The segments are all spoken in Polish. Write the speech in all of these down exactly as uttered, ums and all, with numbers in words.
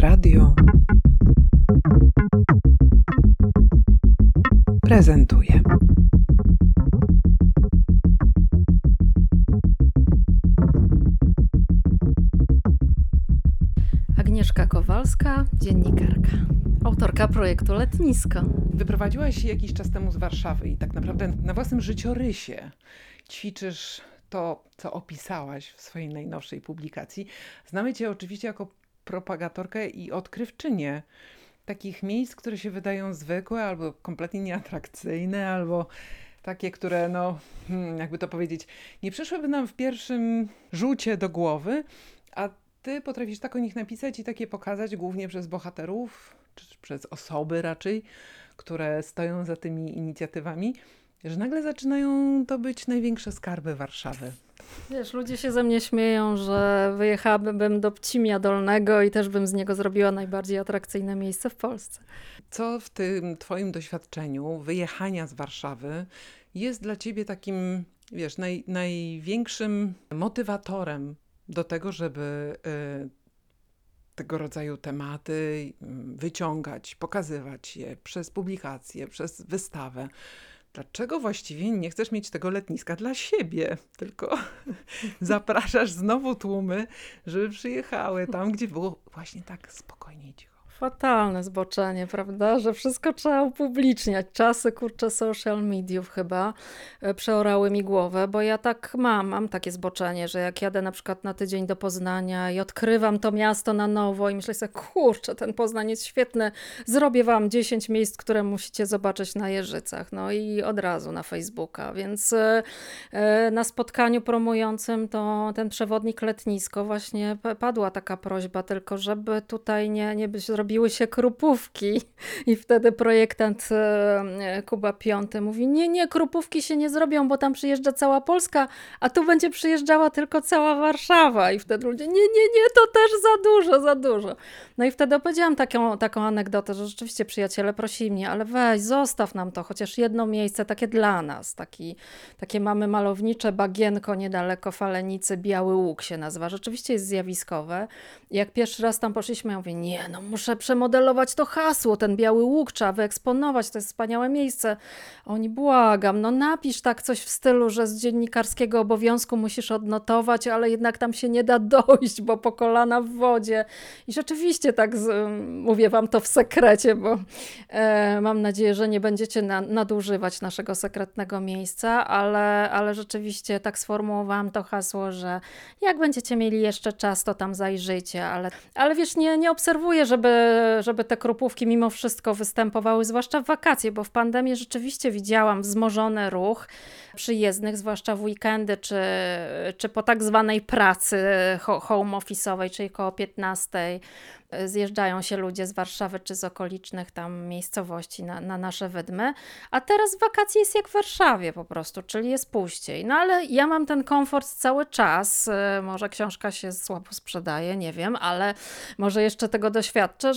Radio prezentuje. Agnieszka Kowalska, dziennikarka, autorka projektu Letnisko. Wyprowadziłaś się jakiś czas temu z Warszawy i tak naprawdę na własnym życiorysie ćwiczysz to, co opisałaś w swojej najnowszej publikacji. Znamy Cię oczywiście jako propagatorkę i odkrywczynię takich miejsc, które się wydają zwykłe albo kompletnie nieatrakcyjne, albo takie, które, no, hmm, jakby to powiedzieć, nie przyszłyby nam w pierwszym rzucie do głowy, a Ty potrafisz tak o nich napisać i takie pokazać, głównie przez bohaterów, czy przez osoby raczej, które stoją za tymi inicjatywami, że nagle zaczynają to być największe skarby Warszawy. Wiesz, ludzie się ze mnie śmieją, że wyjechałabym do Pcimia Dolnego i też bym z niego zrobiła najbardziej atrakcyjne miejsce w Polsce. Co w tym twoim doświadczeniu wyjechania z Warszawy jest dla ciebie takim, wiesz, naj, największym motywatorem do tego, żeby y, tego rodzaju tematy y, wyciągać, pokazywać je przez publikacje, przez wystawę? Dlaczego właściwie nie chcesz mieć tego letniska dla siebie, tylko zapraszasz znowu tłumy, żeby przyjechały tam, gdzie było właśnie tak spokojnie i cicho? Fatalne zboczenie, prawda? Że wszystko trzeba upubliczniać. Czasy, kurczę, social mediów chyba e, przeorały mi głowę, bo ja tak mam, mam takie zboczenie, że jak jadę na przykład na tydzień do Poznania i odkrywam to miasto na nowo i myślę sobie, kurczę, ten Poznań jest świetny, zrobię wam dziesięć miejsc, które musicie zobaczyć na Jeżycach. No i od razu na Facebooka, więc e, e, na spotkaniu promującym to ten przewodnik Letnisko właśnie p- padła taka prośba tylko, żeby tutaj nie, nie być robiły się krupówki i wtedy projektant e, Kuba Piąty mówi, nie, nie, krupówki się nie zrobią, bo tam przyjeżdża cała Polska, a tu będzie przyjeżdżała tylko cała Warszawa i wtedy ludzie, nie, nie, nie, to też za dużo, za dużo. No i wtedy opowiedziałam taką, taką anegdotę, że rzeczywiście przyjaciele prosili mnie, ale weź, zostaw nam to, chociaż jedno miejsce takie dla nas, taki, takie mamy malownicze bagienko niedaleko Falenicy, Biały Łuk się nazywa, rzeczywiście jest zjawiskowe. I jak pierwszy raz tam poszliśmy, ja mówię, nie, no muszę przemodelować to hasło, ten Biały Łuk trzeba wyeksponować, to jest wspaniałe miejsce. A oni, błagam, no napisz tak coś w stylu, że z dziennikarskiego obowiązku musisz odnotować, ale jednak tam się nie da dojść, bo po kolana w wodzie. I rzeczywiście tak z, mówię wam to w sekrecie, bo e, mam nadzieję, że nie będziecie na, nadużywać naszego sekretnego miejsca, ale, ale rzeczywiście tak sformułowałam to hasło, że jak będziecie mieli jeszcze czas, to tam zajrzyjcie, ale, ale wiesz, nie, nie obserwuję, żeby, żeby te krupówki mimo wszystko występowały, zwłaszcza w wakacje, bo w pandemii rzeczywiście widziałam wzmożony ruch przyjezdnych, zwłaszcza w weekendy, czy, czy po tak zwanej pracy home office'owej, czyli koło piętnastej. Zjeżdżają się ludzie z Warszawy czy z okolicznych tam miejscowości na, na nasze wydmy, a teraz w wakacje jest jak w Warszawie po prostu, czyli jest puściej. No ale ja mam ten komfort cały czas, może książka się słabo sprzedaje, nie wiem, ale może jeszcze tego doświadczę,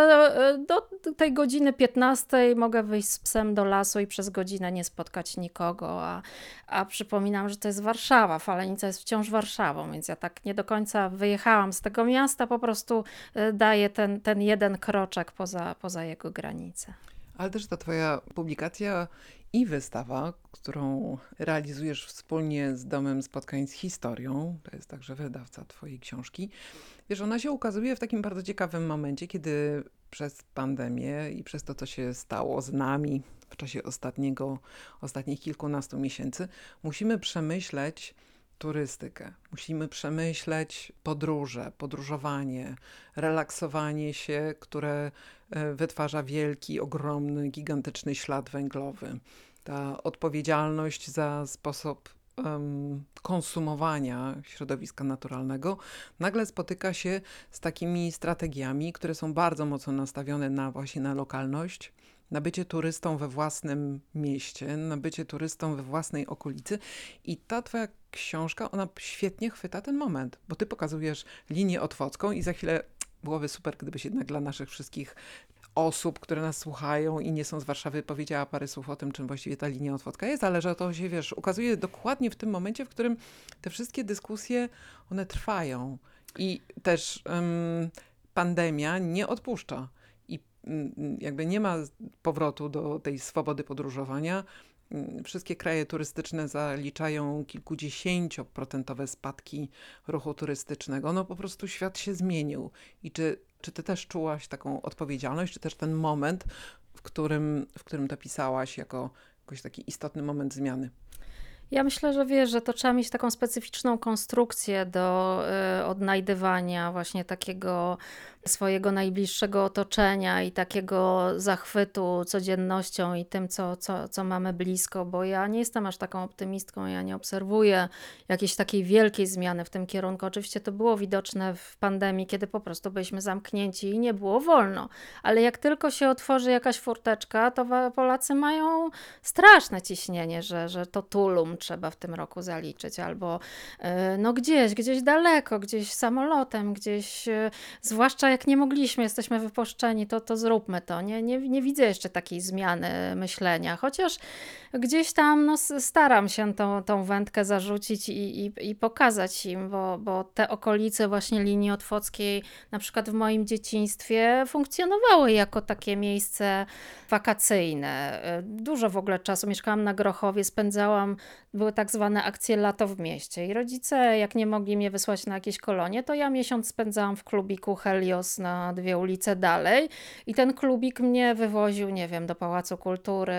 że do tej godziny piętnastej mogę wyjść z psem do lasu i przez godzinę nie spotkać nikogo, a, a przypominam, że to jest Warszawa, Falenica jest wciąż Warszawą, więc ja tak nie do końca wyjechałam z tego miasta, po prostu daje ten, ten jeden kroczek poza, poza jego granice. Ale też ta twoja publikacja i wystawa, którą realizujesz wspólnie z Domem Spotkań z Historią, to jest także wydawca twojej książki, wiesz, ona się ukazuje w takim bardzo ciekawym momencie, kiedy przez pandemię i przez to, co się stało z nami w czasie ostatniego, ostatnich kilkunastu miesięcy, musimy przemyśleć turystykę. Musimy przemyśleć podróże, podróżowanie, relaksowanie się, które wytwarza wielki, ogromny, gigantyczny ślad węglowy. Ta odpowiedzialność za sposób um, konsumowania środowiska naturalnego nagle spotyka się z takimi strategiami, które są bardzo mocno nastawione na właśnie na lokalność, na bycie turystą we własnym mieście, na bycie turystą we własnej okolicy. I ta twoja książka, ona świetnie chwyta ten moment, bo ty pokazujesz linię otwocką i za chwilę byłoby super, gdybyś jednak dla naszych wszystkich osób, które nas słuchają i nie są z Warszawy, powiedziała parę słów o tym, czym właściwie ta linia otwocka jest, ale że to się, wiesz, ukazuje dokładnie w tym momencie, w którym te wszystkie dyskusje, one trwają. I też um, pandemia nie odpuszcza i mm, jakby nie ma powrotu do tej swobody podróżowania. Mm, Wszystkie kraje turystyczne zaliczają kilkudziesięcioprocentowe spadki ruchu turystycznego. No po prostu świat się zmienił. I czy, czy ty też czułaś taką odpowiedzialność, czy też ten moment, w którym, w którym to pisałaś jako jakiś taki istotny moment zmiany? Ja myślę, że wiesz, że to trzeba mieć taką specyficzną konstrukcję do y, odnajdywania właśnie takiego swojego najbliższego otoczenia i takiego zachwytu codziennością i tym, co, co, co mamy blisko, bo ja nie jestem aż taką optymistką, ja nie obserwuję jakiejś takiej wielkiej zmiany w tym kierunku. Oczywiście to było widoczne w pandemii, kiedy po prostu byliśmy zamknięci i nie było wolno, ale jak tylko się otworzy jakaś furteczka, to wa- Polacy mają straszne ciśnienie, że, że to Tulum trzeba w tym roku zaliczyć, albo y, no gdzieś, gdzieś daleko, gdzieś samolotem, gdzieś, y, zwłaszcza jak nie mogliśmy, jesteśmy wypuszczeni, to, to zróbmy to. Nie, nie, nie widzę jeszcze takiej zmiany myślenia, chociaż gdzieś tam no, s- staram się tą, tą wędkę zarzucić i, i, i pokazać im, bo, bo te okolice właśnie linii otwockiej, na przykład w moim dzieciństwie, funkcjonowały jako takie miejsce wakacyjne. Y, Dużo w ogóle czasu mieszkałam na Grochowie, spędzałam, były tak zwane akcje lato w mieście i rodzice, jak nie mogli mnie wysłać na jakieś kolonie, to ja miesiąc spędzałam w klubiku Helios na dwie ulice dalej i ten klubik mnie wywoził, nie wiem, do Pałacu Kultury,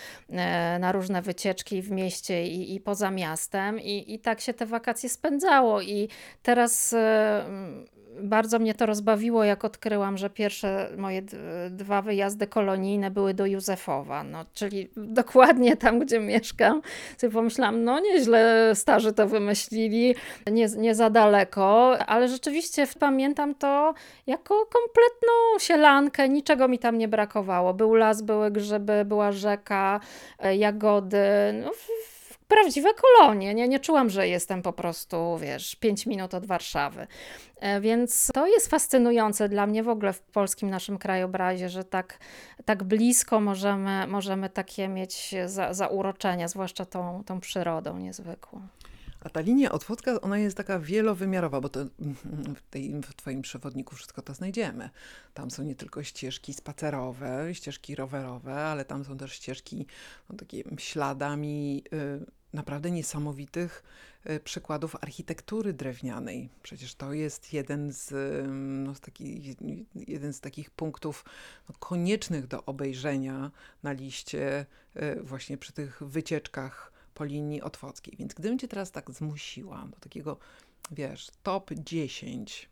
e, na różne wycieczki w mieście i, i poza miastem i, i tak się te wakacje spędzało i teraz e, mm, bardzo mnie to rozbawiło, jak odkryłam, że pierwsze moje d- dwa wyjazdy kolonijne były do Józefowa, no, czyli dokładnie tam, gdzie mieszkam. Sobie pomyślałam, no nieźle starzy to wymyślili, nie, nie za daleko, ale rzeczywiście pamiętam to jako kompletną sielankę, niczego mi tam nie brakowało. Był las, były grzyby, była rzeka, e, jagody, no, w- w- prawdziwe kolonie. Nie, nie czułam, że jestem po prostu, wiesz, pięć minut od Warszawy. E, Więc to jest fascynujące dla mnie w ogóle w polskim naszym krajobrazie, że tak, tak blisko możemy, możemy takie mieć za, zauroczenia, zwłaszcza tą, tą przyrodą niezwykłą. A ta linia otwocka, ona jest taka wielowymiarowa, bo to w, tej, w twoim przewodniku wszystko to znajdziemy. Tam są nie tylko ścieżki spacerowe, ścieżki rowerowe, ale tam są też ścieżki no, takie śladami y, naprawdę niesamowitych y, przykładów architektury drewnianej. Przecież to jest jeden z, y, no, z takich, jeden z takich punktów no, koniecznych do obejrzenia na liście y, właśnie przy tych wycieczkach po linii otwockiej. Więc gdybym cię teraz tak zmusiła do takiego, wiesz, top dziesięć,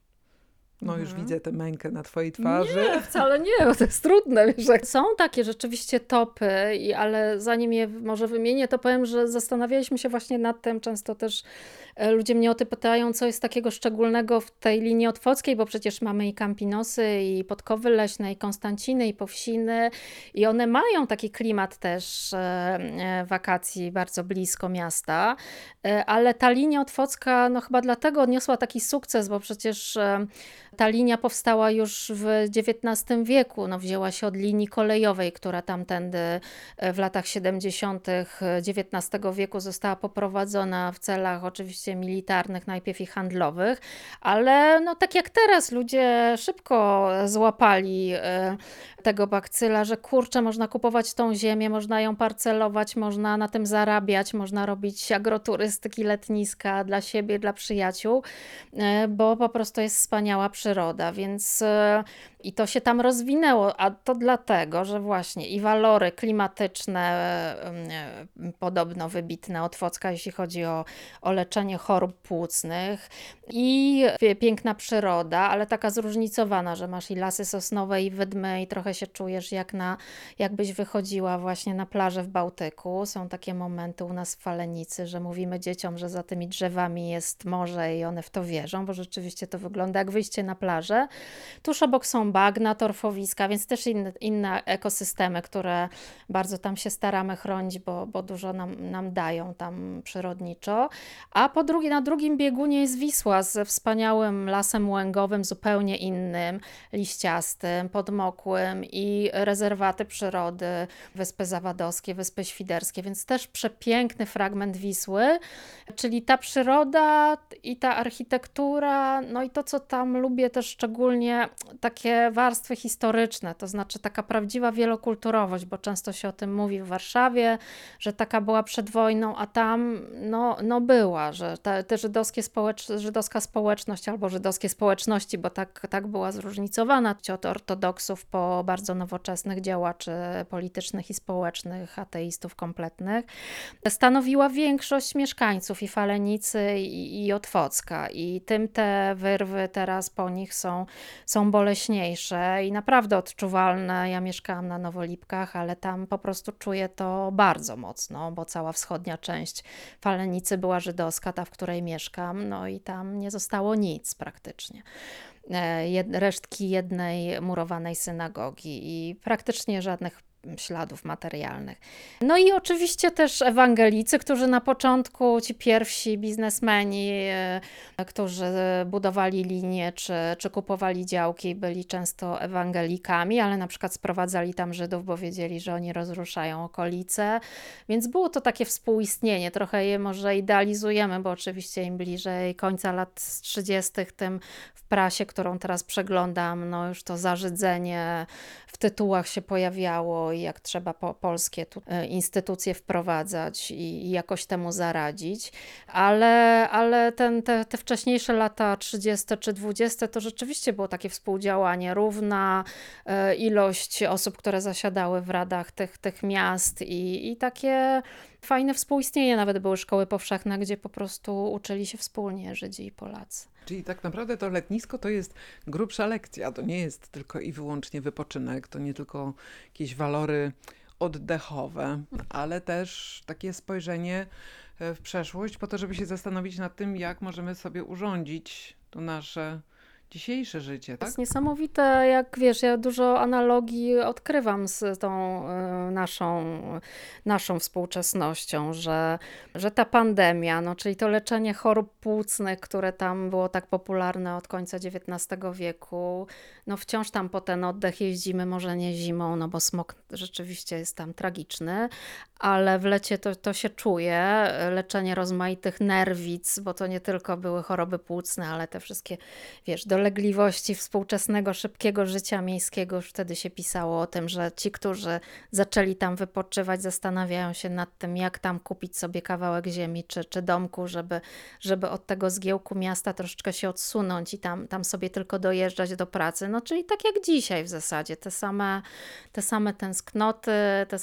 no już Mhm. widzę tę mękę na twojej twarzy. Nie, wcale nie, bo to jest trudne. Wiesz, jak są takie rzeczywiście topy, i, ale zanim je może wymienię, to powiem, że zastanawialiśmy się właśnie nad tym, często też e, ludzie mnie o to pytają, co jest takiego szczególnego w tej linii otwockiej, bo przecież mamy i Campinosy, i Podkowy Leśne, i Konstanciny, i Powsiny i one mają taki klimat też e, e, wakacji bardzo blisko miasta, e, ale ta linia otwocka no chyba dlatego odniosła taki sukces, bo przecież e, ta linia powstała już w dziewiętnastym wieku, no wzięła się od linii kolejowej, która tamtędy e, w latach siedemdziesiątych dziewiętnastego wieku została poprowadzona w celach oczywiście militarnych najpierw i handlowych, ale no tak jak teraz ludzie szybko złapali e, tego bakcyla, że kurczę, można kupować tą ziemię, można ją parcelować, można na tym zarabiać, można robić agroturystyki, letniska dla siebie, dla przyjaciół, e, bo po prostu jest wspaniała przyroda, więc e, i to się tam rozwinęło, a to dlatego, że właśnie i walory klimatyczne e, e, podobno wybitne Otwocka, jeśli chodzi o, o leczenie chorób płucnych i pie- piękna przyroda, ale taka zróżnicowana, że masz i lasy sosnowe i wydmy i trochę się czujesz jak na, jakbyś wychodziła właśnie na plażę w Bałtyku. Są takie momenty u nas w Falenicy, że mówimy dzieciom, że za tymi drzewami jest morze i one w to wierzą, bo rzeczywiście to wygląda jak wyjście na plażę. Tuż obok są bagna, torfowiska, więc też inne, inne ekosystemy, które bardzo tam się staramy chronić, bo, bo dużo nam, nam dają tam przyrodniczo. A po drugie, na drugim biegunie jest Wisła ze wspaniałym lasem łęgowym, zupełnie innym, liściastym, podmokłym i rezerwaty przyrody, Wyspy Zawadowskie, Wyspy Świderskie, więc też przepiękny fragment Wisły, czyli ta przyroda i ta architektura, no i to, co tam lubię też szczególnie, takie warstwy historyczne, to znaczy taka prawdziwa wielokulturowość, bo często się o tym mówi w Warszawie, że taka była przed wojną, a tam no, no była, że te, te żydowskie społecz- żydowska społeczność albo żydowskie społeczności, bo tak, tak była zróżnicowana, od ortodoksów po bardzo nowoczesnych działaczy politycznych i społecznych, ateistów kompletnych, stanowiła większość mieszkańców i Falenicy i, i Otwocka i tym te wyrwy teraz po nich są, są boleśniejsze i naprawdę odczuwalne. Ja mieszkałam na Nowolipkach, ale tam po prostu czuję to bardzo mocno, bo cała wschodnia część Falenicy była żydowska, ta, w której mieszkam, no i tam nie zostało nic praktycznie. Jed- resztki jednej murowanej synagogi i praktycznie żadnych śladów materialnych. No i oczywiście też ewangelicy, którzy na początku, ci pierwsi biznesmeni, e, którzy budowali linie czy, czy kupowali działki, byli często ewangelikami, ale na przykład sprowadzali tam Żydów, bo wiedzieli, że oni rozruszają okolice, więc było to takie współistnienie. Trochę je może idealizujemy, bo oczywiście im bliżej końca lat trzydziestych, tym w prasie, którą teraz przeglądam, no już to zażydzenie w tytułach się pojawiało i jak trzeba po polskie tu, e, instytucje wprowadzać i, i jakoś temu zaradzić, ale, ale ten, te, te wcześniejsze lata trzydzieste czy dwudzieste to rzeczywiście było takie współdziałanie, równa e, ilość osób, które zasiadały w radach tych, tych miast i, i takie fajne współistnienie. Nawet były szkoły powszechne, gdzie po prostu uczyli się wspólnie Żydzi i Polacy. Czyli tak naprawdę to letnisko to jest grubsza lekcja, to nie jest tylko i wyłącznie wypoczynek, to nie tylko jakieś walory oddechowe, ale też takie spojrzenie w przeszłość po to, żeby się zastanowić nad tym, jak możemy sobie urządzić to nasze dzisiejsze życie, To tak? jest niesamowite, jak wiesz, ja dużo analogii odkrywam z tą y, naszą, naszą współczesnością, że, że ta pandemia, no, czyli to leczenie chorób płucnych, które tam było tak popularne od końca dziewiętnastego wieku, no wciąż tam po ten oddech jeździmy, może nie zimą, no bo smog rzeczywiście jest tam tragiczny, ale w lecie to, to się czuje, leczenie rozmaitych nerwic, bo to nie tylko były choroby płucne, ale te wszystkie, wiesz, dolegliwości współczesnego, szybkiego życia miejskiego. Już wtedy się pisało o tym, że ci, którzy zaczęli tam wypoczywać, zastanawiają się nad tym, jak tam kupić sobie kawałek ziemi czy, czy domku, żeby, żeby od tego zgiełku miasta troszeczkę się odsunąć i tam, tam sobie tylko dojeżdżać do pracy. No czyli tak jak dzisiaj w zasadzie, te same, te same tęsknoty, te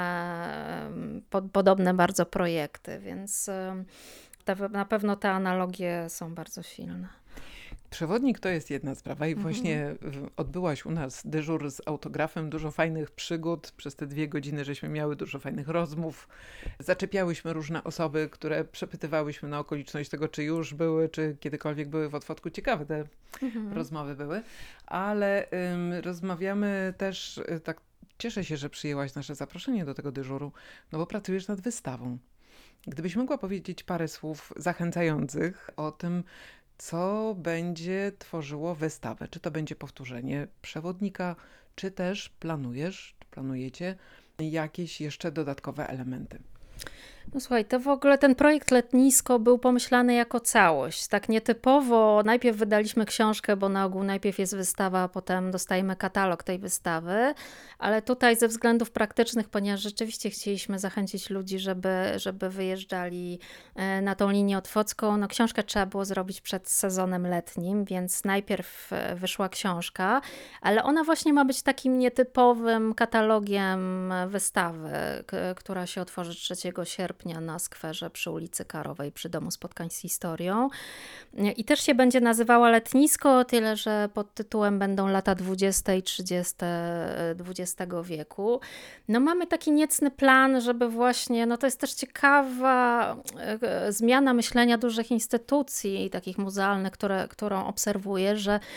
same po, podobne bardzo projekty, więc te, na pewno te analogie są bardzo silne. Przewodnik to jest jedna sprawa i Mhm. właśnie w- odbyłaś u nas dyżur z autografem, dużo fajnych przygód. Przez te dwie godziny żeśmy miały dużo fajnych rozmów. Zaczepiałyśmy różne osoby, które przepytywałyśmy na okoliczność tego, czy już były, czy kiedykolwiek były w Otwocku. Ciekawe te Mhm. rozmowy były, ale ym, rozmawiamy też, y, tak cieszę się, że przyjęłaś nasze zaproszenie do tego dyżuru, no bo pracujesz nad wystawą. Gdybyś mogła powiedzieć parę słów zachęcających o tym, co będzie tworzyło wystawę. Czy to będzie powtórzenie przewodnika, czy też planujesz, czy planujecie jakieś jeszcze dodatkowe elementy? No słuchaj, to w ogóle ten projekt Letnisko był pomyślany jako całość. Tak nietypowo, najpierw wydaliśmy książkę, bo na ogół najpierw jest wystawa, a potem dostajemy katalog tej wystawy, ale tutaj ze względów praktycznych, ponieważ rzeczywiście chcieliśmy zachęcić ludzi, żeby, żeby wyjeżdżali e, na tą linię otwocką, no książkę trzeba było zrobić przed sezonem letnim, więc najpierw e, wyszła książka, ale ona właśnie ma być takim nietypowym katalogiem wystawy, k- która się otworzy trzeciego sierpnia na skwerze przy ulicy Karowej, przy Domu Spotkań z Historią. I też się będzie nazywała Letnisko, tyle że pod tytułem będą lata dwudzieste i trzydzieste dwudziestego wieku. No mamy taki niecny plan, żeby właśnie, no to jest też ciekawa e, zmiana myślenia dużych instytucji, takich muzealnych, które, którą obserwuję, że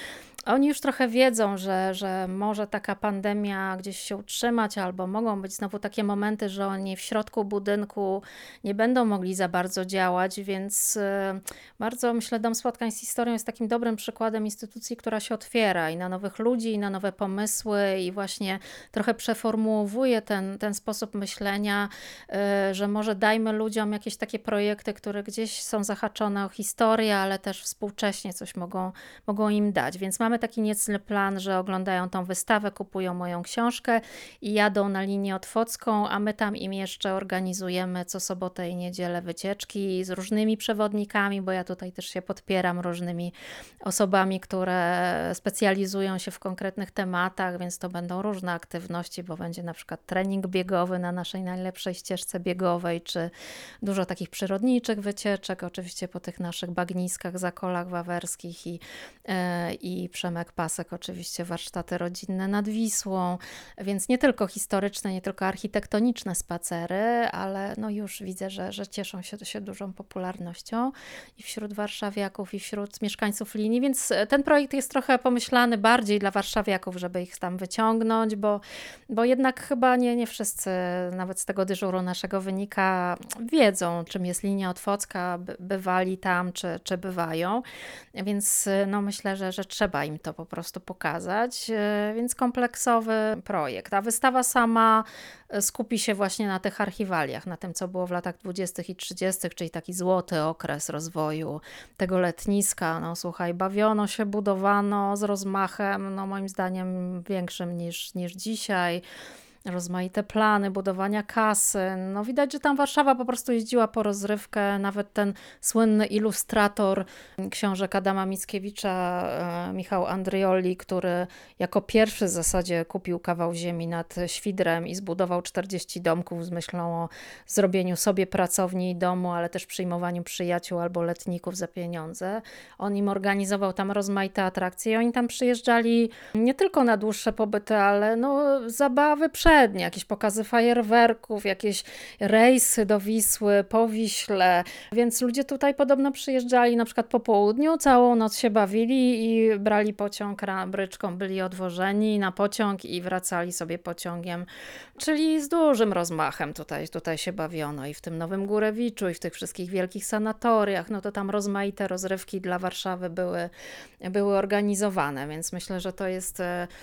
Oni już trochę wiedzą, że, że może taka pandemia gdzieś się utrzymać, albo mogą być znowu takie momenty, że oni w środku budynku nie będą mogli za bardzo działać, więc e, bardzo myślę, Dom Spotkań z Historią jest takim dobrym przykładem instytucji, która się otwiera i na nowych ludzi, i na nowe pomysły, i właśnie trochę przeformułowuje ten, ten sposób myślenia, e, że może dajmy ludziom jakieś takie projekty, które gdzieś są zahaczone o historię, ale też współcześnie coś mogą, mogą im dać. Więc mamy taki niecny plan, że oglądają tą wystawę, kupują moją książkę i jadą na linię otwocką, a my tam im jeszcze organizujemy co sobotę i niedzielę wycieczki z różnymi przewodnikami, bo ja tutaj też się podpieram różnymi osobami, które specjalizują się w konkretnych tematach, więc to będą różne aktywności, bo będzie na przykład trening biegowy na naszej najlepszej ścieżce biegowej, czy dużo takich przyrodniczych wycieczek, oczywiście po tych naszych bagniskach, zakolach wawerskich i, e, i Przemek Pasek, oczywiście warsztaty rodzinne nad Wisłą, więc nie tylko historyczne, nie tylko architektoniczne spacery, ale no już widzę, że, że cieszą się, się dużą popularnością i wśród warszawiaków, i wśród mieszkańców linii, więc ten projekt jest trochę pomyślany bardziej dla warszawiaków, żeby ich tam wyciągnąć, bo, bo jednak chyba nie, nie wszyscy, nawet z tego dyżuru naszego wynika, wiedzą, czym jest linia otwocka, by, bywali tam, czy, czy bywają, więc no myślę, że, że trzeba im to po prostu pokazać, więc kompleksowy projekt. A wystawa sama skupi się właśnie na tych archiwaliach, na tym, co było w latach dwudziestych i trzydziestych, czyli taki złoty okres rozwoju tego letniska. No słuchaj, bawiono się, budowano z rozmachem, no moim zdaniem większym niż, niż dzisiaj. Rozmaite plany budowania kasy. No widać, że tam Warszawa po prostu jeździła po rozrywkę. Nawet ten słynny ilustrator książek Adama Mickiewicza, Michał Andrioli, który jako pierwszy w zasadzie kupił kawał ziemi nad Świdrem i zbudował czterdzieści domków z myślą o zrobieniu sobie pracowni i domu, ale też przyjmowaniu przyjaciół albo letników za pieniądze. On im organizował tam rozmaite atrakcje i oni tam przyjeżdżali nie tylko na dłuższe pobyty, ale no zabawy przed jakieś pokazy fajerwerków, jakieś rejsy do Wisły, po Wiśle, więc ludzie tutaj podobno przyjeżdżali na przykład po południu, całą noc się bawili i brali pociąg bryczką, byli odwożeni na pociąg i wracali sobie pociągiem, czyli z dużym rozmachem tutaj, tutaj się bawiono i w tym Nowym Górewiczu i w tych wszystkich wielkich sanatoriach, no to tam rozmaite rozrywki dla Warszawy były, były organizowane, więc myślę, że to jest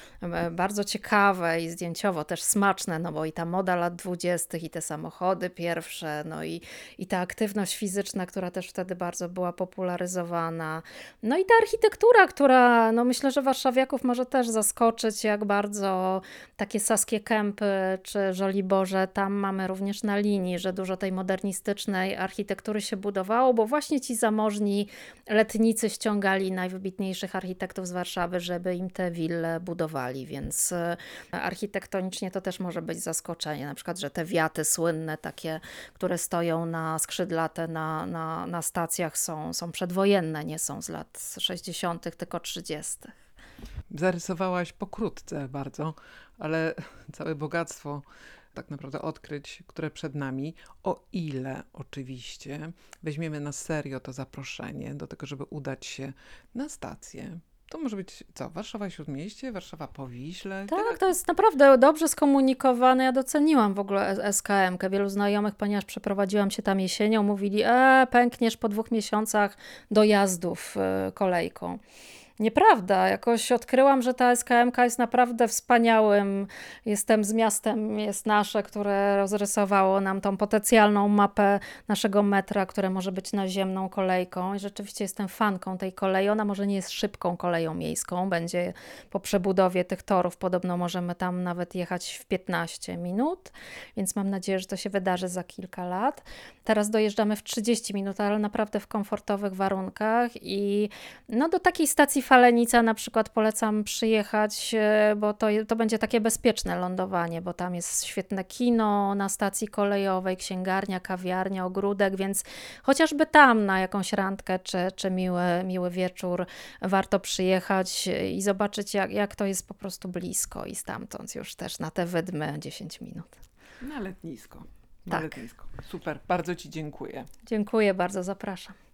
bardzo ciekawe i zdjęciowo też smaczne, no bo i ta moda lat dwudziestych i te samochody pierwsze, no i, i ta aktywność fizyczna, która też wtedy bardzo była popularyzowana. No i ta architektura, która no myślę, że warszawiaków może też zaskoczyć, jak bardzo takie Saskie Kępy czy Żoliborze tam mamy również na linii, że dużo tej modernistycznej architektury się budowało, bo właśnie ci zamożni letnicy ściągali najwybitniejszych architektów z Warszawy, żeby im te wille budowali, więc architektonicznie to też może być zaskoczenie. Na przykład, że te wiaty słynne takie, które stoją na skrzydlate na, na, na stacjach są, są przedwojenne, nie są z lat sześćdziesiątych, tylko trzydziestych. Zarysowałaś pokrótce bardzo, ale całe bogactwo tak naprawdę odkryć, które przed nami, o ile oczywiście weźmiemy na serio to zaproszenie do tego, żeby udać się na stację. To może być co? Warszawa Śródmieście, Warszawa po Wiśle? Tak, to jest naprawdę dobrze skomunikowane. Ja doceniłam w ogóle S K M-kę. Wielu znajomych, ponieważ przeprowadziłam się tam jesienią, mówili, e, pękniesz po dwóch miesiącach dojazdów y, kolejką. Nieprawda, jakoś odkryłam, że ta S K M-ka jest naprawdę wspaniałym. Jestem z miastem, jest nasze, które rozrysowało nam tą potencjalną mapę naszego metra, które może być naziemną kolejką. I rzeczywiście jestem fanką tej kolei. Ona może nie jest szybką koleją miejską, będzie po przebudowie tych torów. Podobno możemy tam nawet jechać w piętnaście minut, więc mam nadzieję, że to się wydarzy za kilka lat. Teraz dojeżdżamy w trzydzieści minut, ale naprawdę w komfortowych warunkach i no do takiej stacji Falenica na przykład polecam przyjechać, bo to, to będzie takie bezpieczne lądowanie, bo tam jest świetne kino na stacji kolejowej, księgarnia, kawiarnia, ogródek, więc chociażby tam na jakąś randkę czy, czy miły, miły wieczór warto przyjechać i zobaczyć, jak, jak to jest po prostu blisko i stamtąd już też na te wydmy dziesięć minut. Na letnisko. Na Tak. letnisko. Super, bardzo Ci dziękuję. Dziękuję bardzo, zapraszam.